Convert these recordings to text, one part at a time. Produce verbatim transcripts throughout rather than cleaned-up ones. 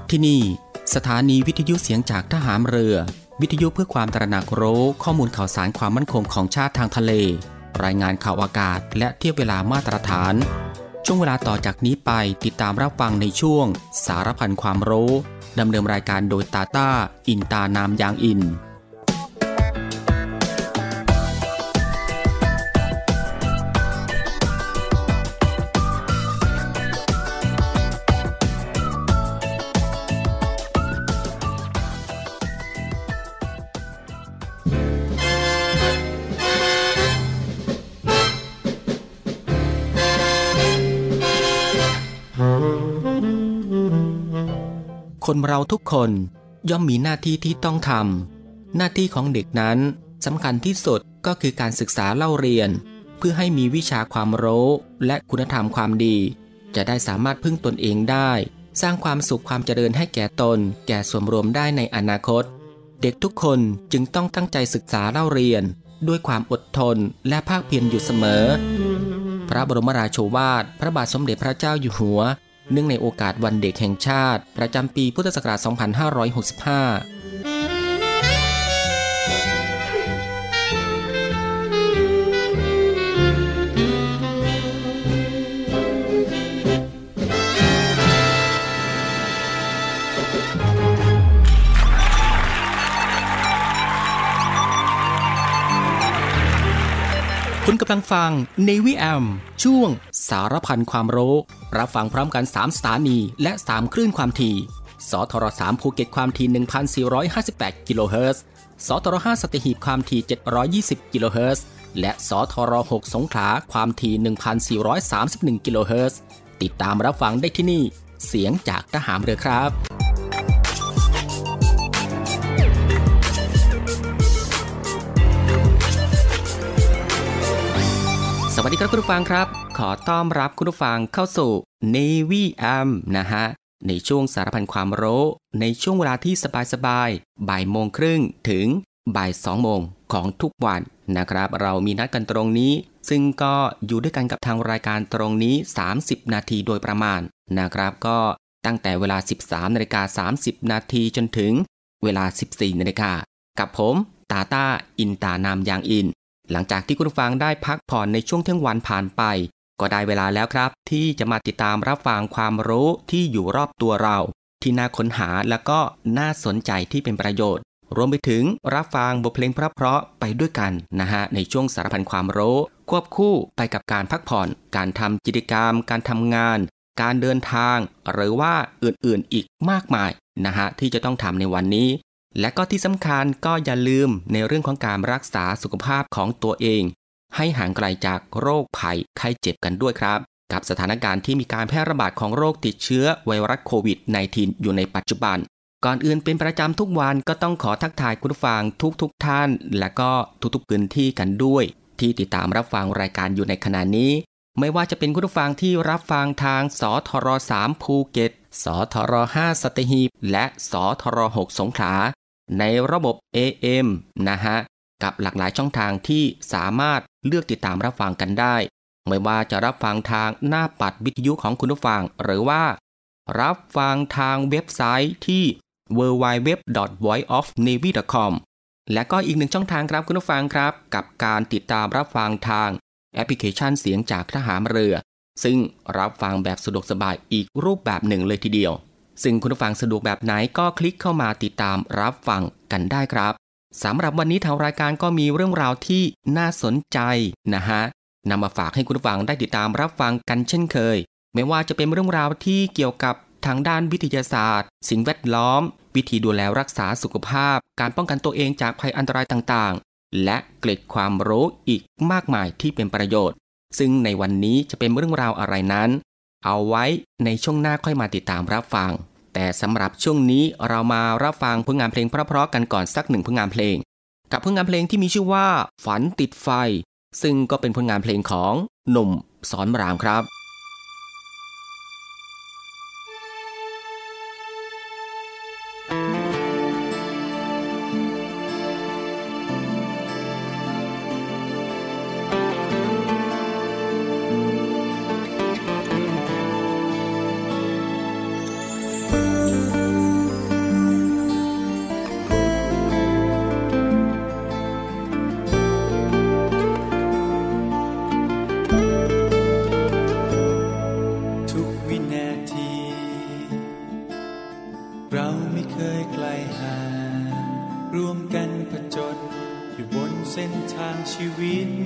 ที่นี่สถานีวิทยุเสียงจากทหารเรือวิทยุเพื่อความตระหนักรู้ข้อมูลข่าวสารความมั่นคงของชาติทางทะเลรายงานข่าวอากาศและเทียบเวลามาตรฐานช่วงเวลาต่อจากนี้ไปติดตามรับฟังในช่วงสารพันความรู้ดำเนินรายการโดยตาต้าอินตานามยางอินคนเราทุกคนย่อมมีหน้าที่ที่ต้องทำหน้าที่ของเด็กนั้นสำคัญที่สุดก็คือการศึกษาเล่าเรียนเพื่อให้มีวิชาความรู้และคุณธรรมความดีจะได้สามารถพึ่งตนเองได้สร้างความสุขความเจริญให้แก่ตนแก่ส่วนรวมได้ในอนาคตเด็กทุกคนจึงต้องตั้งใจศึกษาเล่าเรียนด้วยความอดทนและภาคเพียรอยู่เสมอพระบรมราโชวาทพระบาทสมเด็จพระเจ้าอยู่หัวเนื่องในโอกาสวันเด็กแห่งชาติประจำปีพุทธศักราช สองพันห้าร้อยหกสิบห้า คุณกำลังฟัง Navy เอ เอ็ม ช่วงสารพันความรู้รับฟังพร้อมกันสามสถานีและสามคลื่นความถี่สทรสามภูเก็ตความถี่ หนึ่งพันสี่ร้อยห้าสิบแปด กิโลเฮิรตซ์สทรห้าสัตหีบความถี่เจ็ดร้อยยี่สิบกิโลเฮิรตซ์และสทรหกสงขลาความถี่ หนึ่งพันสี่ร้อยสามสิบเอ็ด กิโลเฮิรตซ์ติดตามรับฟังได้ที่นี่เสียงจากทหารเรือครับสวัสดีครับคุณผู้ฟังครับขอต้อนรับคุณผู้ฟังเข้าสู่ Navy เอ เอ็ม นะฮะในช่วงสารพันความรู้ในช่วงเวลาที่สบายๆบ่ายโมงครึ่งถึงบ่ายสองโมงของทุกวันนะครับเรามีนัดกันตรงนี้ซึ่งก็อยู่ด้วยกันกับทางรายการตรงนี้สามสิบนาทีโดยประมาณนะครับก็ตั้งแต่เวลา สิบสามนาฬิกาสามสิบนาทีจนถึงเวลา สิบสี่นาฬิกากับผมตาต้าอินตานามยางอินหลังจากที่คุณผู้ฟังได้พักผ่อนในช่วงเที่ยงวันผ่านไปก็ได้เวลาแล้วครับที่จะมาติดตามรับฟังความรู้ที่อยู่รอบตัวเราที่น่าค้นหาและก็น่าสนใจที่เป็นประโยชน์รวมไปถึงรับฟังบทเพลงเพราะๆไปด้วยกันนะฮะในช่วงสารพันความรู้ควบคู่ไปกับการพักผ่อนการทำกิจกรรมการทำงานการเดินทางหรือว่าอื่นๆอีกมากมายนะฮะที่จะต้องทำในวันนี้และก็ที่สำคัญก็อย่าลืมในเรื่องของการรักษาสุขภาพของตัวเองให้ห่างไกลจากโรคภัยไข้เจ็บกันด้วยครับกับสถานการณ์ที่มีการแพร่ระบาดของโรคติดเชื้อไวรัสโควิด สิบเก้า อยู่ในปัจจุบันก่อนอื่นเป็นประจำทุกวันก็ต้องขอทักทายคุณผู้ฟังทุกๆ ท่านและก็ทุกๆพื้นที่กันด้วยที่ติดตามรับฟังรายการอยู่ในขณะนี้ไม่ว่าจะเป็นคุณผู้ฟังที่รับฟังทางสทรสามภูเก็ตสทรห้าสัตหีบและสทรหกสงขลาในระบบ เอ เอ็ม นะฮะกับหลากหลายช่องทางที่สามารถเลือกติดตามรับฟังกันได้ไม่ว่าจะรับฟังทางหน้าปัดวิทยุของคุณผู้ฟังหรือว่ารับฟังทางเว็บไซต์ที่ ดับเบิลยู ดับเบิลยู ดับเบิลยู ดอท voice of navy ดอท คอม และก็อีกหนึ่งช่องทางครับคุณผู้ฟังครับกับการติดตามรับฟังทางแอปพลิเคชันเสียงจากทหารเรือซึ่งรับฟังแบบสะดวกสบายอีกรูปแบบหนึ่งเลยทีเดียวซึ่งคุณผู้ฟังสะดวกแบบไหนก็คลิกเข้ามาติดตามรับฟังกันได้ครับสำหรับวันนี้ทางรายการก็มีเรื่องราวที่น่าสนใจนะฮะนำมาฝากให้คุณผู้ฟังได้ติดตามรับฟังกันเช่นเคยไม่ว่าจะเป็นเรื่องราวที่เกี่ยวกับทางด้านวิทยาศาสตร์สิ่งแวดล้อมวิธีดูแลรักษาสุขภาพการป้องกันตัวเองจากภัยอันตรายต่างๆและเกร็ดความรู้อีกมากมายที่เป็นประโยชน์ซึ่งในวันนี้จะเป็นเรื่องราวอะไรนั้นเอาไว้ในช่วงหน้าค่อยมาติดตามรับฟังแต่สำหรับช่วงนี้เรามารับฟังผลงานเพลงเพราะๆกันก่อนสักหนึ่งผลงานเพลงกับผลงานเพลงที่มีชื่อว่าฝันติดไฟซึ่งก็เป็นผลงานเพลงของหนุ่มสอนรามครับ Thank you. อยู่บนเส้นทางชีวิต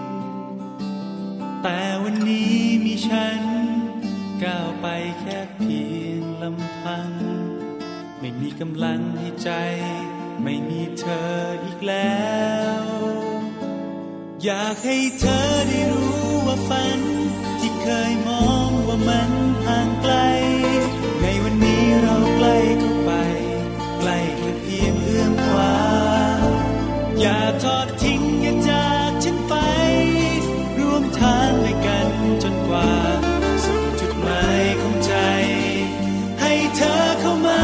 แต่วันนี้มีฉันก้าวไปแค่เพียงลำพังไม่มีกำลังให้ใจไม่มีเธออีกแล้วอยากให้เธอได้รู้ว่าฝันที่เคยมองว่ามันห่างไกลในวันนี้เราใกล้เข้าไปใกล้แค่เพียงเอื้อมขวาอย่าทอดทิ้งอย่าจากฉันไปร่วมทางด้วยกันจนกว่าสู่จุดหมายของใจให้เธอเข้ามา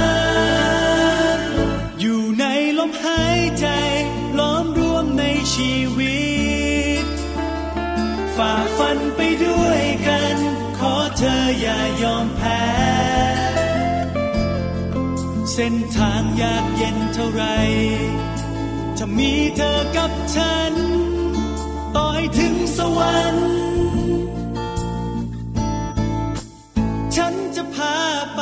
อยู่ในลมหายใจล้อมรวมในชีวิตฝ่าฟันไปด้วยกันขอเธออย่ายอมแพ้เส้นทางยากเย็นเท่าไรถ้ามีเธอกับฉันต่อให้ถึงสวรรค์ฉันจะพาไป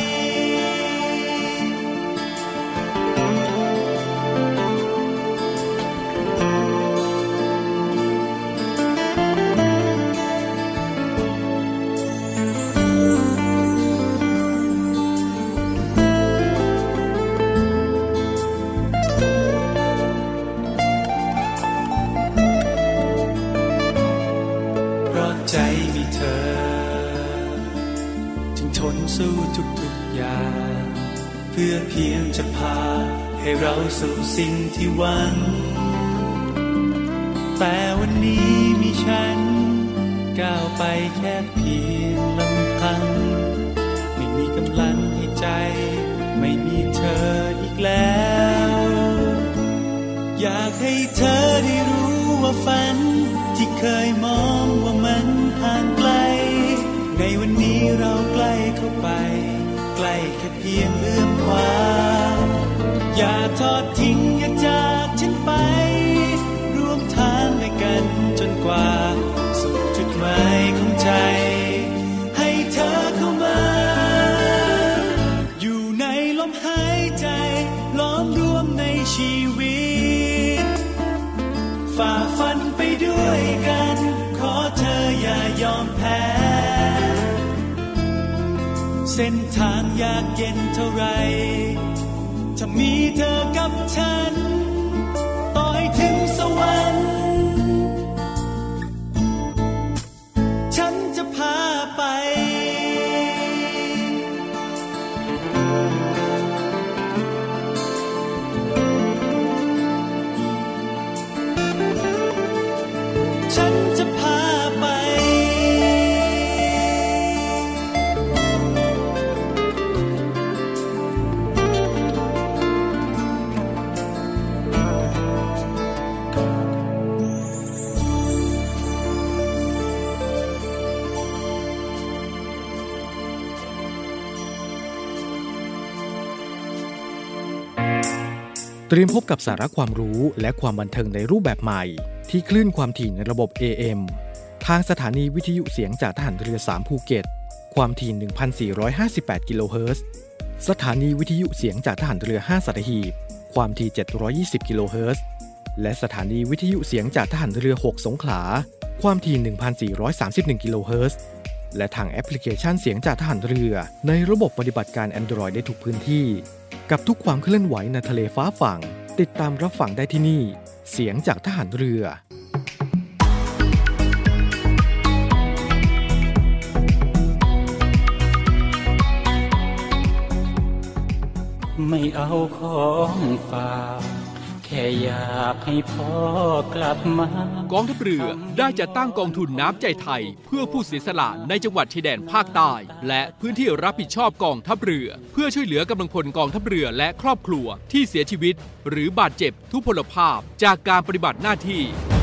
ใจมีเธอจึงทนสู้ทุกๆอย่างเพื่อเพียงจะพาให้เราสู่สิ่งที่หวังแต่วันนี้มีฉันก้าวไปแค่เพียงลำพังไม่มีกำลังให้ใจไม่มีเธออีกแล้วอยากให้เธอได้รู้ว่าฝันที่เคยมองว่ามันห่างไกลในวันนี้เราใกล้เข้าไปใกล้แค่เพียงเอื้อมขวาอย่าทอดทิ้งอย่าจากฉันไปร่วมทางด้วยกันจนกว่าสู่จุดหมายของใจให้เธอเข้ามาอยู่ในลมหายใจล้อมรวมในชีวิตฝ่าฟันไปด้วยกันขอเธออย่ายอมแพ้เส้นทางยากเย็นเท่าไรถ้ามีเธอกับฉันต่อให้ถึงสวรรค์ฉันจะพาไปฉันจะพาไปเตรียมพบกับสาระความรู้และความบันเทิงในรูปแบบใหม่ที่คลื่นความถี่ในระบบ เอ เอ็ม ทางสถานีวิทยุเสียงจากทหารเรือสามภูเก็ตความถี่ หนึ่งพันสี่ร้อยห้าสิบแปด กิโลเฮิรตซ์สถานีวิทยุเสียงจากทหารเรือห้าสัตหีบความถี่เจ็ดร้อยยี่สิบ กิโลเฮิรตซ์และสถานีวิทยุเสียงจากทหารเรือหกสงขลาความถี่ หนึ่งพันสี่ร้อยสามสิบเอ็ด กิโลเฮิรตซ์และทางแอปพลิเคชันเสียงจากทหารเรือในระบบปฏิบัติการ Android ได้ทุกพื้นที่กับทุกความเคลื่อนไหวในทะเลฟ้าฝั่งติดตามรับฟังได้ที่นี่เสียงจากทหารเรือไม่เอาของฝากแค่อยากให้พ่อกลับมากองทัพเรือได้จัดตั้งกองทุนน้ำใจไทยเพื่อผู้เสียสละในจังหวัดชายแดนภาคใต้และพื้นที่รับผิดชอบกองทัพเรือเพื่อช่วยเหลือกำลังพลกองทัพเรือและครอบครัวที่เสียชีวิตหรือบาดเจ็บทุพพลภาพจากการปฏิบัติหน้าที่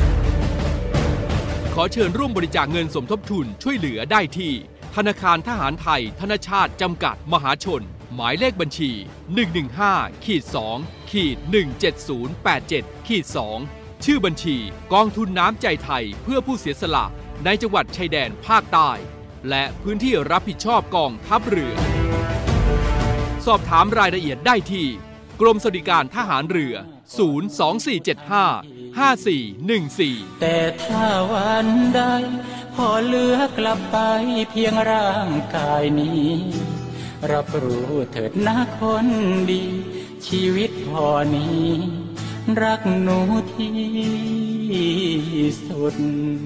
ขอเชิญร่วมบริจาคเงินสมทบทุนช่วยเหลือได้ที่ธนาคารทหารไทยธนชาติจำกัดมหาชนหมายเลขบัญชี หนึ่ง หนึ่ง ห้า สอง หนึ่ง เจ็ด ศูนย์ แปด เจ็ด สอง ชื่อบัญชีกองทุนน้ำใจไทยเพื่อผู้เสียสละในจังหวัดชายแดนภาคใต้และพื้นที่รับผิดชอบกองทัพเรือสอบถามรายละเอียดได้ที่กรมสวัสดิการทหารเรือศูนย์ สอง สี่ เจ็ด ห้าห้าสี่หนึ่งสี่แต่ถ้าวันใดพอเหลือกลับไปเพียงร่างกายนี้รับรู้เถิดนะคนดีชีวิตพอนี้รักหนูที่สุด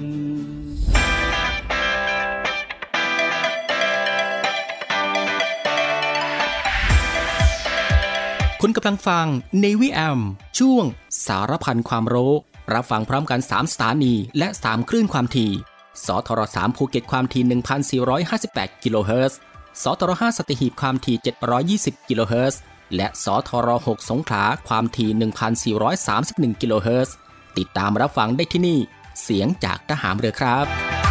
คุณกำลังฟัง Navy เอ เอ็ม ช่วงสารพันความรู้รับฟังพร้อมกันสามสถานีและสามคลื่นความถี่สทรสามภูเก็ตความถี่ หนึ่งพันสี่ร้อยห้าสิบแปด กิโลเฮิรตซ์สทรห้าสัตหีบความถี่ เจ็ดร้อยยี่สิบ กิโลเฮิรตซ์และสทรหกสงขลาความถี่ หนึ่งพันสี่ร้อยสามสิบเอ็ด กิโลเฮิรตซ์ติดตามรับฟังได้ที่นี่เสียงจากทหารเรือครับ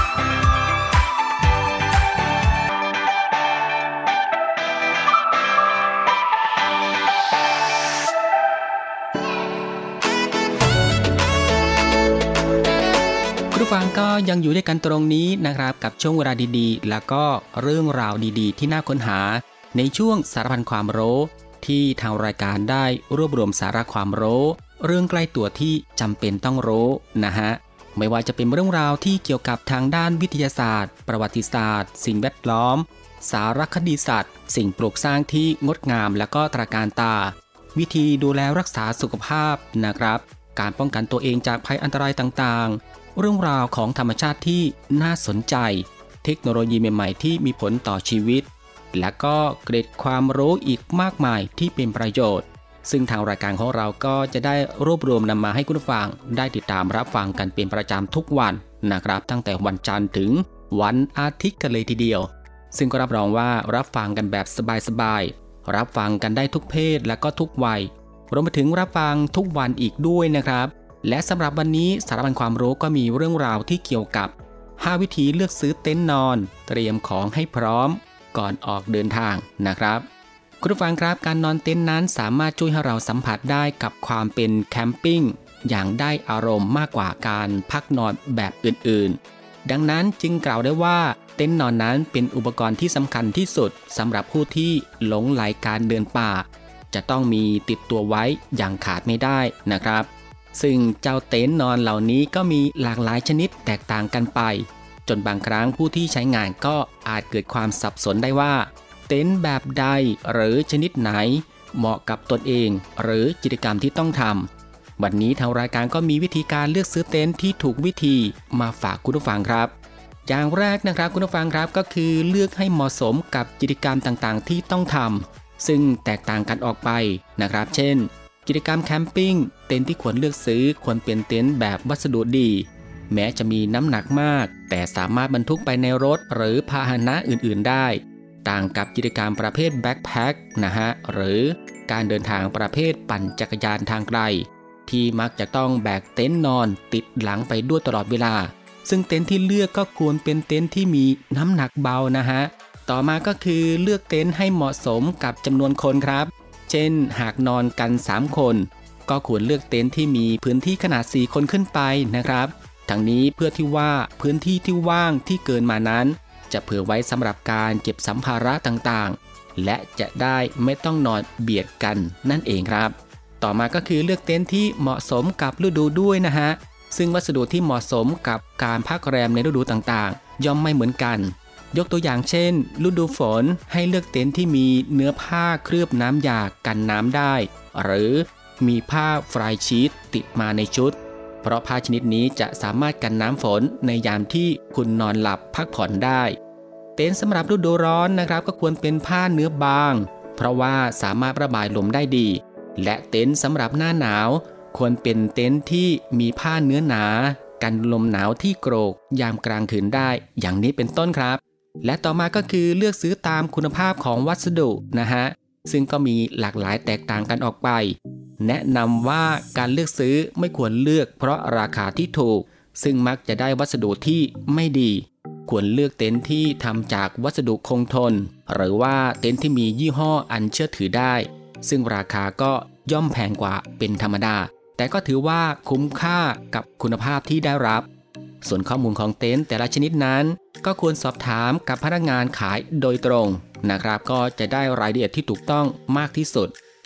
คุณผู้ฟังก็ยังอยู่ด้วยกันตรงนี้นะครับกับช่วงเวลาดีๆแล้วก็เรื่องราวดีๆที่น่าค้นหาในช่วงสารพันความรู้ที่ทางรายการได้รวบรวมสาระความรู้เรื่องใกล้ตัวที่จำเป็นต้องรู้นะฮะไม่ว่าจะเป็นเรื่องราวที่เกี่ยวกับทางด้านวิทยาศาสตร์ประวัติศาสตร์สิ่งแวดล้อมสารคดีสัตว์สิ่งปลูกสร้างที่งดงามและก็ตระการตาวิธีดูแลรักษาสุขภาพนะครับการป้องกันตัวเองจากภัยอันตรายต่างๆเรื่องราวของธรรมชาติที่น่าสนใจเทคโนโลยีใหม่ๆที่มีผลต่อชีวิตและก็เกร็ดความรู้อีกมากมายที่เป็นประโยชน์ซึ่งทางรายการของเราก็จะได้รวบรวมนำมาให้คุณผู้ฟังได้ติดตามรับฟังกันเป็นประจำทุกวันนะครับตั้งแต่วันจันทร์ถึงวันอาทิตย์กันเลยทีเดียวซึ่งก็รับรองว่ารับฟังกันแบบสบายๆรับฟังกันได้ทุกเพศและก็ทุกวัยรวมไปถึงรับฟังทุกวันอีกด้วยนะครับและสำหรับวันนี้สารพันความรู้ก็มีเรื่องราวที่เกี่ยวกับห้าวิธีเลือกซื้อเต็นท์นอนเตรียมของให้พร้อมก่อนออกเดินทางนะครับคุณผู้ฟังครับการนอนเต็นท์นั้นสามารถช่วยให้เราสัมผัสได้กับความเป็นแคมปิ้งอย่างได้อารมณ์มากกว่าการพักนอนแบบอื่นๆดังนั้นจึงกล่าวได้ว่าเต็นท์นอนนั้นเป็นอุปกรณ์ที่สำคัญที่สุดสำหรับผู้ที่หลงใหลการเดินป่าจะต้องมีติดตัวไว้อย่างขาดไม่ได้นะครับซึ่งเจ้าเต็นท์นอนเหล่านี้ก็มีหลากหลายชนิดแตกต่างกันไปจนบางครั้งผู้ที่ใช้งานก็อาจเกิดความสับสนได้ว่าเต็นท์แบบใดหรือชนิดไหนเหมาะกับตนเองหรือกิจกรรมที่ต้องทำวันนี้ทางรายการก็มีวิธีการเลือกซื้อเต็นท์ที่ถูกวิธีมาฝากคุณผู้ฟังครับอย่างแรกนะครับคุณผู้ฟังครับก็คือเลือกให้เหมาะสมกับกิจกรรมต่างๆที่ต้องทำซึ่งแตกต่างกันออกไปนะครับเช่นกิจกรรมแคมปิ้งเต็นท์ที่ควรเลือกซื้อควรเป็นเต็นท์แบบวัสดุดีแม้จะมีน้ำหนักมากแต่สามารถบรรทุกไปในรถหรือพาหนะอื่นๆได้ต่างกับกิจกรรมประเภทแบ็คแพ็คนะฮะหรือการเดินทางประเภทปั่นจักรยานทางไกลที่มักจะต้องแบกเต็นท์นอนติดหลังไปด้วยตลอดเวลาซึ่งเต็นท์ที่เลือกก็ควรเป็นเต็นท์ที่มีน้ำหนักเบานะฮะต่อมาก็คือเลือกเต็นท์ให้เหมาะสมกับจำนวนคนครับเช่นหากนอนกันสามคนก็ควรเลือกเต็นท์ที่มีพื้นที่ขนาดสี่คนขึ้นไปนะครับทั้งนี้เพื่อที่ว่าพื้นที่ที่ว่างที่เกินมานั้นจะเผื่อไว้สำหรับการเก็บสัมภาระต่างๆและจะได้ไม่ต้องนอนเบียดกันนั่นเองครับต่อมาก็คือเลือกเต็นท์ที่เหมาะสมกับฤดูด้วยนะฮะซึ่งวัสดุที่เหมาะสมกับการพักแรมในฤดูต่างๆย่อมไม่เหมือนกันยกตัวอย่างเช่นฤดูฝนให้เลือกเต็นท์ที่มีเนื้อผ้าเคลือบน้ำยากันน้ำได้หรือมีผ้าฟรายชีทติดมาในชุดเพราะผ้าชนิดนี้จะสามารถกันน้ำฝนในยามที่คุณนอนหลับพักผ่อนได้เต็นท์สำหรับฤดูร้อนนะครับก็ควรเป็นผ้าเนื้อบางเพราะว่าสามารถระบายลมได้ดีและเต็นท์สำหรับหน้าหนาวควรเป็นเต็นท์ที่มีผ้าเนื้อหนากันลมหนาวที่โกรกยามกลางคืนได้อย่างนี้เป็นต้นครับและต่อมาก็คือเลือกซื้อตามคุณภาพของวัสดุนะฮะซึ่งก็มีหลากหลายแตกต่างกันออกไปแนะนำว่าการเลือกซื้อไม่ควรเลือกเพราะราคาที่ถูกซึ่งมักจะได้วัสดุที่ไม่ดีควรเลือกเต็นท์ที่ทำจากวัสดุคงทนหรือว่าเต็นท์ที่มียี่ห้ออันเชื่อถือได้ซึ่งราคาก็ย่อมแพงกว่าเป็นธรรมดาแต่ก็ถือว่าคุ้มค่ากับคุณภาพที่ได้รับส่วนข้อมูลของเต็นท์แต่ละชนิดนั้นก็ควรสอบถามกับพนักงานขายโดยตรงนะครับก็จะได้รายละเอียดที่ถูกต้องมากที่สุด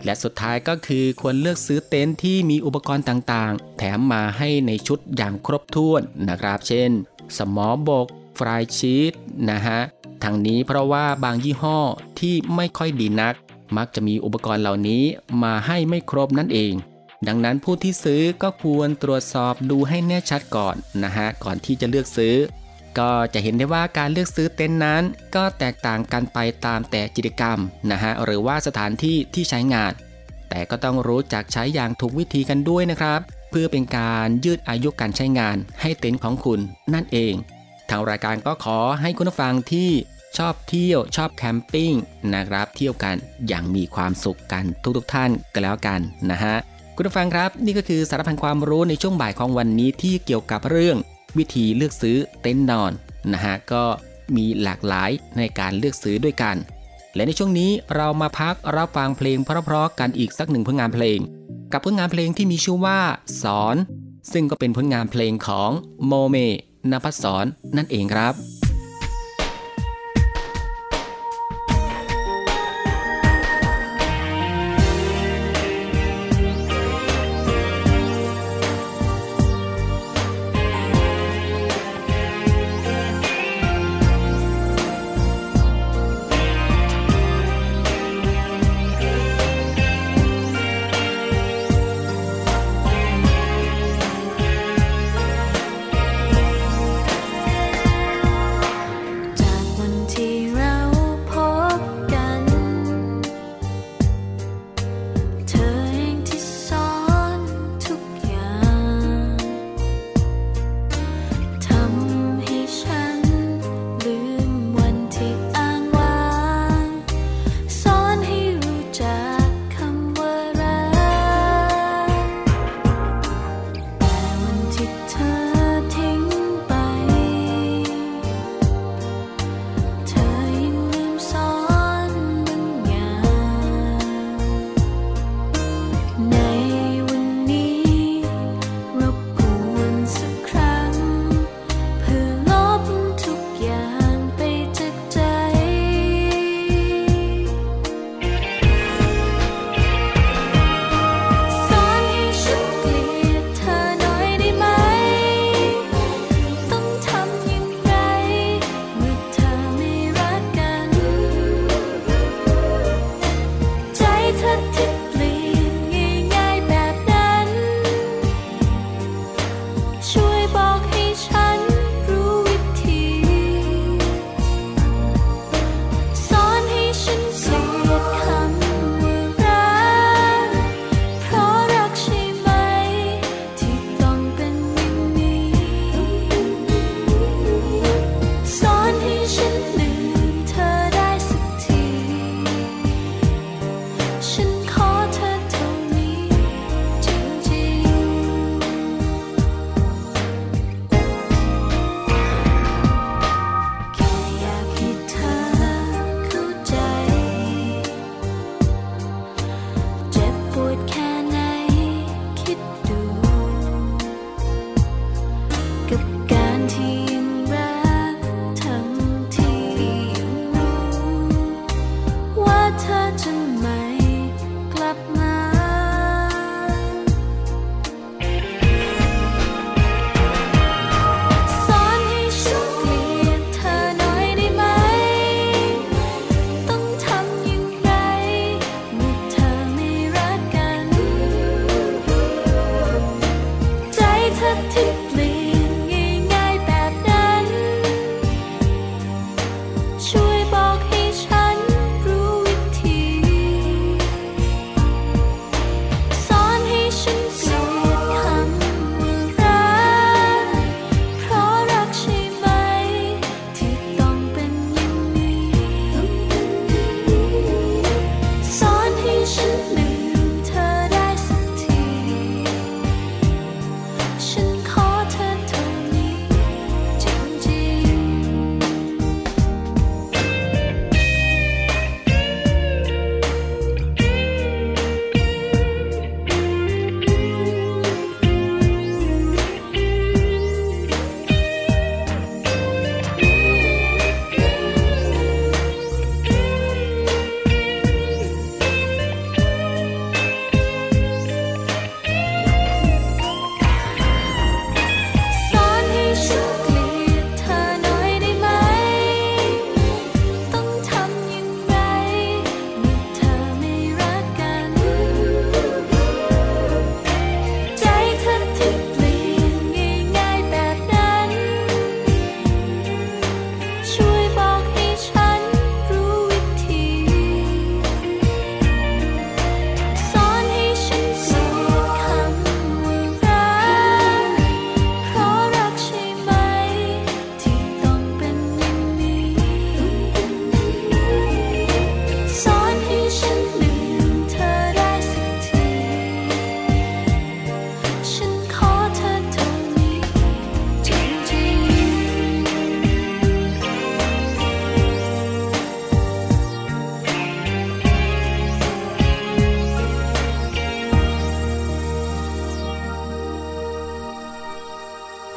และสุดท้ายก็คือควรเลือกซื้อเต็นท์ที่มีอุปกรณ์ต่างๆแถมมาให้ในชุดอย่างครบถ้วนนะครับเช่นสมอบกฟรายชีทนะฮะทางนี้เพราะว่าบางยี่ห้อที่ไม่ค่อยดีนักมักจะมีอุปกรณ์เหล่านี้มาให้ไม่ครบนั่นเองดังนั้นผู้ที่ซื้อก็ควรตรวจสอบดูให้แน่ชัดก่อนนะฮะก่อนที่จะเลือกซื้อก็จะเห็นได้ว่าการเลือกซื้อเต็นท์นั้นก็แตกต่างกันไปตามแต่กิจกรรมนะฮะหรือว่าสถานที่ที่ใช้งานแต่ก็ต้องรู้จักใช้อย่างถูกวิธีกันด้วยนะครับเพื่อเป็นการยืดอายุการใช้งานให้เต็นท์ของคุณนั่นเองทางรายการก็ขอให้คุณผู้ฟังที่ชอบเที่ยวชอบแคมปิ้งนะครับเที่ยวกันอย่างมีความสุขกันทุกๆท่านก็แล้วกันนะฮะคุณผู้ฟังครับนี่ก็คือสารพันความรู้ในช่วงบ่ายของวันนี้ที่เกี่ยวกับเรื่องวิธีเลือกซื้อเต็นท์นอนนะฮะก็มีหลากหลายในการเลือกซื้อด้วยกันและในช่วงนี้เรามาพักรับฟังเพลงเพราะๆกันอีกสักหนึ่งผลงานเพลงกับผลงานเพลงที่มีชื่อว่าสอนซึ่งก็เป็นผลงานเพลงของโมเมณภัสสรนั่นเองครับ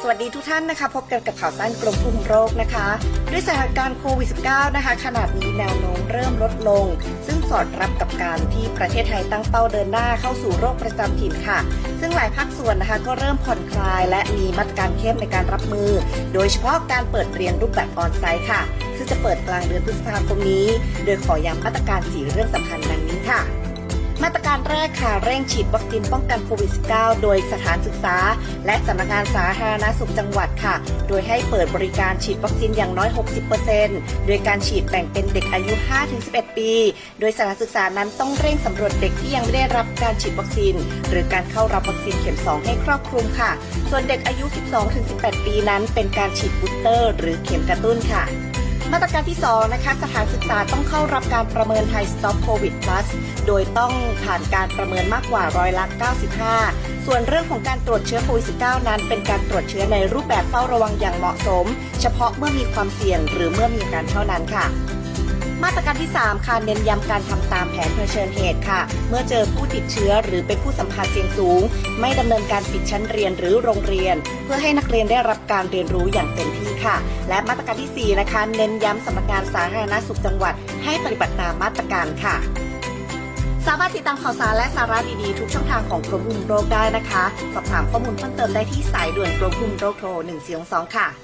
สวัสดีทุกท่านนะคะพบกันกับข่าวสั้นกรมควบคุมโรคนะคะด้วยสถานการณ์โควิด สิบเก้า นะคะขนาดนี้แนวโน้มเริ่มลดลงซึ่งสอดรับกับการที่ประเทศไทยตั้งเป้าเดินหน้าเข้าสู่โรคประจำถิ่นค่ะซึ่งหลายภาคส่วนนะคะก็เริ่มผ่อนคลายและมีมาตรการเข้มในการรับมือโดยเฉพาะการเปิดเรียนรูปแบบออนไซต์ค่ะซึ่งจะเปิดกลางเดือนพฤษภาคมนี้โดยขอย้ำมาตรการสี่เรื่องสำคัญดังนี้ค่ะมาตรการแรกค่ะเร่งฉีดวัคซีนป้องกันโควิด สิบเก้า โดยสถานศึกษาและสำนักงานสาธารณสุขจังหวัดค่ะโดยให้เปิดบริการฉีดวัคซีนอย่างน้อย หกสิบเปอร์เซ็นต์ โดยการฉีดแบ่งเป็นเด็กอายุ ห้าถึงสิบเอ็ด ปีโดยสถานศึกษานั้นต้องเร่งสำรวจเด็กที่ยังไม่ได้รับการฉีดวัคซีนหรือการเข้ารับวัคซีนเข็มสองให้ครอบคลุมค่ะส่วนเด็กอายุ สิบสองถึงสิบแปด ปีนั้นเป็นการฉีดบูสเตอร์หรือเข็มกระตุ้นค่ะมาตรการที่สองนะคะสถานศึกษาต้องเข้ารับการประเมิน Thai Stop COVID Plus โดยต้องผ่านการประเมินมากกว่าร้อยละเก้าสิบห้าส่วนเรื่องของการตรวจเชื้อโควิด สิบเก้า นั้นเป็นการตรวจเชื้อในรูปแบบเฝ้าระวังอย่างเหมาะสมเฉพาะเมื่อมีความเสี่ยงหรือเมื่อมีอาการเท่านั้นค่ะมาตรการที่สามค่ะเน้นย้ำการทำตามแผนเผชิญเหตุค่ะเมื่อเจอผู้ติดเชื้อหรือเป็นผู้สัมผัสเสี่ยงสูงไม่ดำเนินการปิดชั้นเรียนหรือโรงเรียนเพื่อให้นักเรียนได้รับการเรียนรู้อย่างเต็มที่ค่ะและมาตรการที่สี่นะคะเน้นย้ำสำนักงานสาธารณสุขจังหวัดให้ปฏิบัติตามมาตรการค่ะสามารถติดตามข่าวสารและสาระดีๆทุกช่องทางของกรมควบคุมโรคได้นะคะสอบถามข้อมูลเพิ่มเติมได้ที่สายด่วนกรมควบคุมโรคโทรหนึ่งสี่สองค่ะ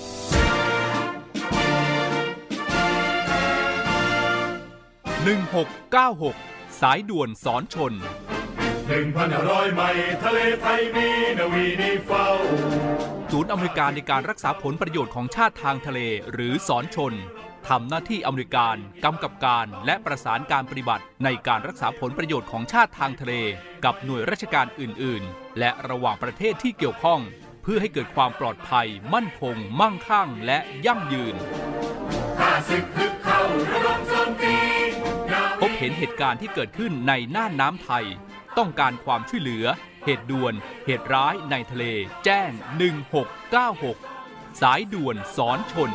หนึ่งหกเก้าหกสายด่วนสอนชนหนึ่งพันห้าร้อย ไมล์ทะเลไทยมีนาวีนิเฝ้าศูนย์อเมริการในการรักษาผลประโยชน์ของชาติทางทะเลหรือสอนชนทำหน้าที่อเมริการกำกับการและประสานการปฏิบัติในการรักษาผลประโยชน์ของชาติทางทะเลกับหน่วยราชการอื่นๆและระหว่างประเทศที่เกี่ยวข้องเพื่อให้เกิดความปลอดภัยมั่นคงมั่งคั่งและยั่งยืนข้าศึกฮึกเข้าระดมโจมตีพบเห็นเหตุการณ์ที่เกิดขึ้นในน่านน้ำไทยต้องการความช่วยเหลือเหตุด่วนเหตุร้ายในทะเลแจ้งหนึ่งหกเก้าหกสายด่วนสอนชน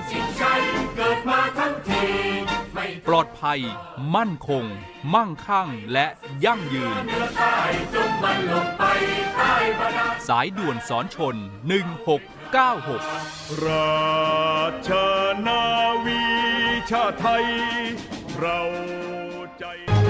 ปลอดภัยมั่นคงมั่งคั่งและยั่งยืนสายด่วนสอนชนหนึ่งหกเก้าหกราชนาวีชาติไทยเราใจ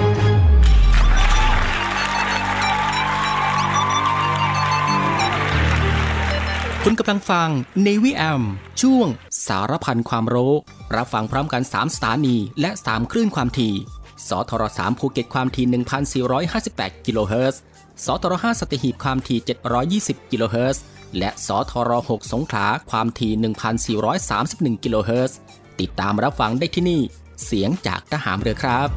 คุณกำลังฟัง Navy เอ เอ็ม ช่วงสารพันความรู้รับฟังพร้อมกันสามสถานีและสามคลื่นความถี่สทรสามภูเก็ตความถี่ หนึ่งพันสี่ร้อยห้าสิบแปด กิโลเฮิรตซ์สทรห้าสัตหีบความถี่ เจ็ดร้อยยี่สิบ กิโลเฮิรตซ์และสทรหกสงขลาความถี่ หนึ่งพันสี่ร้อยสามสิบเอ็ด กิโลเฮิรตซ์ติดตามรับฟังได้ที่นี่เสียงจากทหารเรือครับ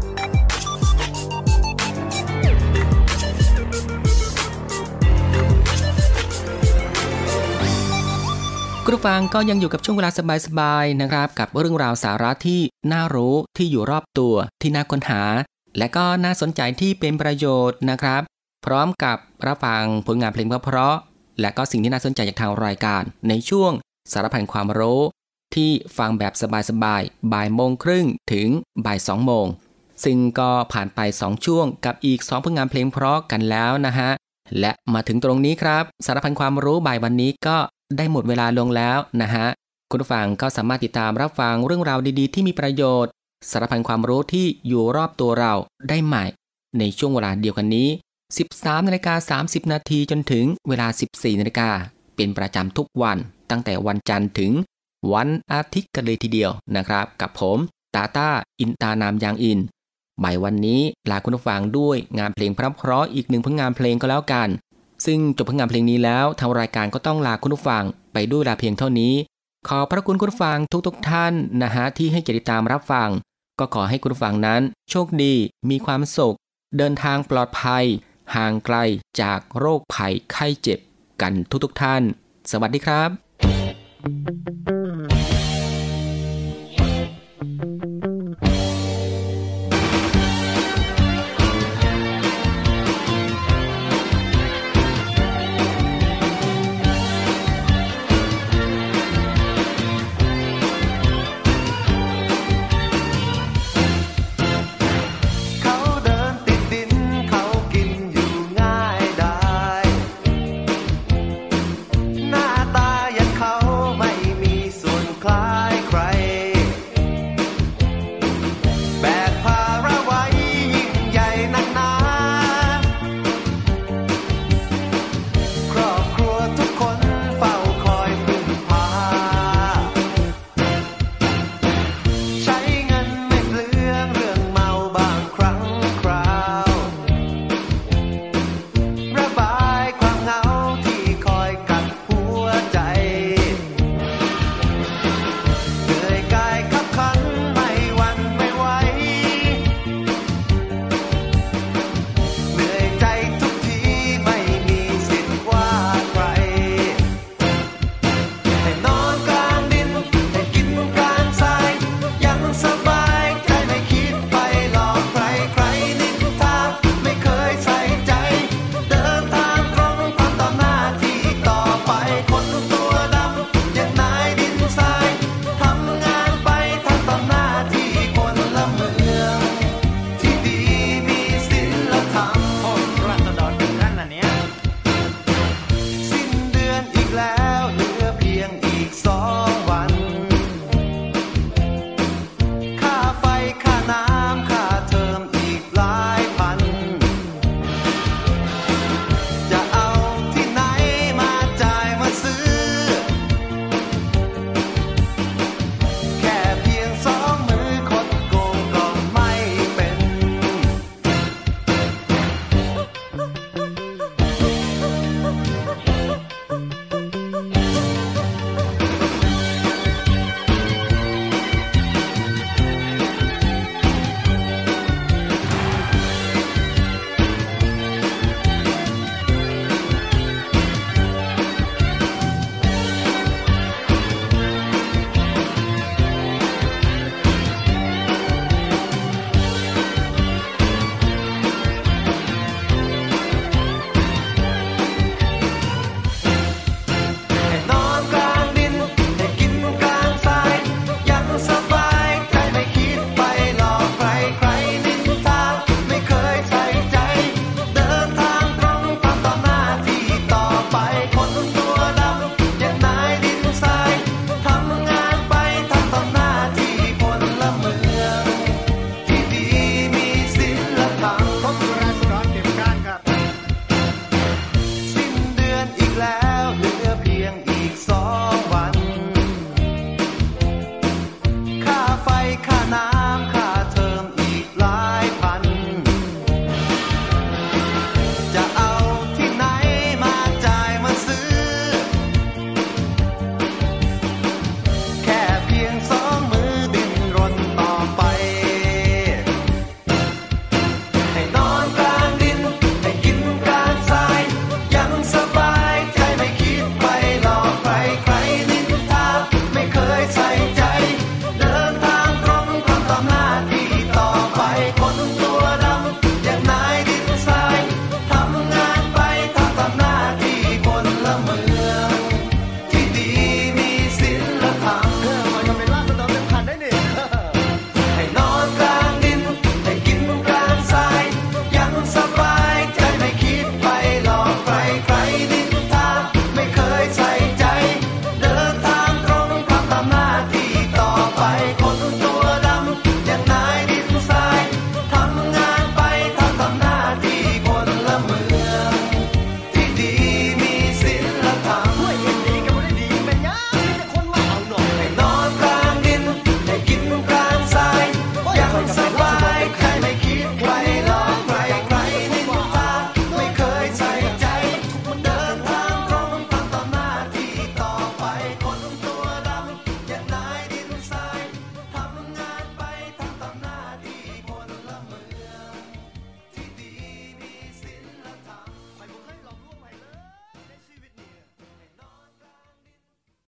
คุณผู้ฟังก็ยังอยู่กับช่วงเวลาสบายๆนะครับกับเรื่องราวสาระที่น่ารู้ที่อยู่รอบตัวที่น่าค้นหาและก็น่าสนใจที่เป็นประโยชน์นะครับพร้อมกับรับฟังผลงานเพลงเพราะๆและก็สิ่งที่น่าสนใจจากทางรายการในช่วงสารพันความรู้ที่ฟังแบบสบายๆบ่ายโมงครึ่งถึงบ่ายสองโมงซึ่งก็ผ่านไปสองช่วงกับอีกสองผลงานเพลงเพราะกันแล้วนะฮะและมาถึงตรงนี้ครับสารพันความรู้บ่ายวันนี้ก็ได้หมดเวลาลงแล้วนะฮะคุณผู้ฟังก็สามารถติดตามรับฟังเรื่องราวดีๆที่มีประโยชน์สารพันความรู้ที่อยู่รอบตัวเราได้ใหม่ในช่วงเวลาเดียวกันนี้ สิบสามนาฬิกาสามสิบนาทีจนถึงเวลา สิบสี่นาฬิกาเป็นประจำทุกวันตั้งแต่วันจันทร์ถึงวันอาทิตย์กันเลยทีเดียวนะครับกับผมตาต้าอินตานามยางอินบ่ายวันนี้ลาคุณผู้ฟังด้วยงานเพลงเพราะๆอีกหนึ่งผลงานเพลงก็แล้วกันซึ่งจบผลงานเพลงนี้แล้วทางรายการก็ต้องลาคุณผู้ฟังไปด้วยเวลาเพียงเท่านี้ขอพระคุณคุณผู้ฟังทุกๆท่านนะฮะที่ให้เกียรติตามรับฟังก็ขอให้คุณผู้ฟังนั้นโชคดีมีความสุขเดินทางปลอดภัยห่างไกลจากโรคภัยไข้เจ็บกันทุกๆท่านสวัสดีครับ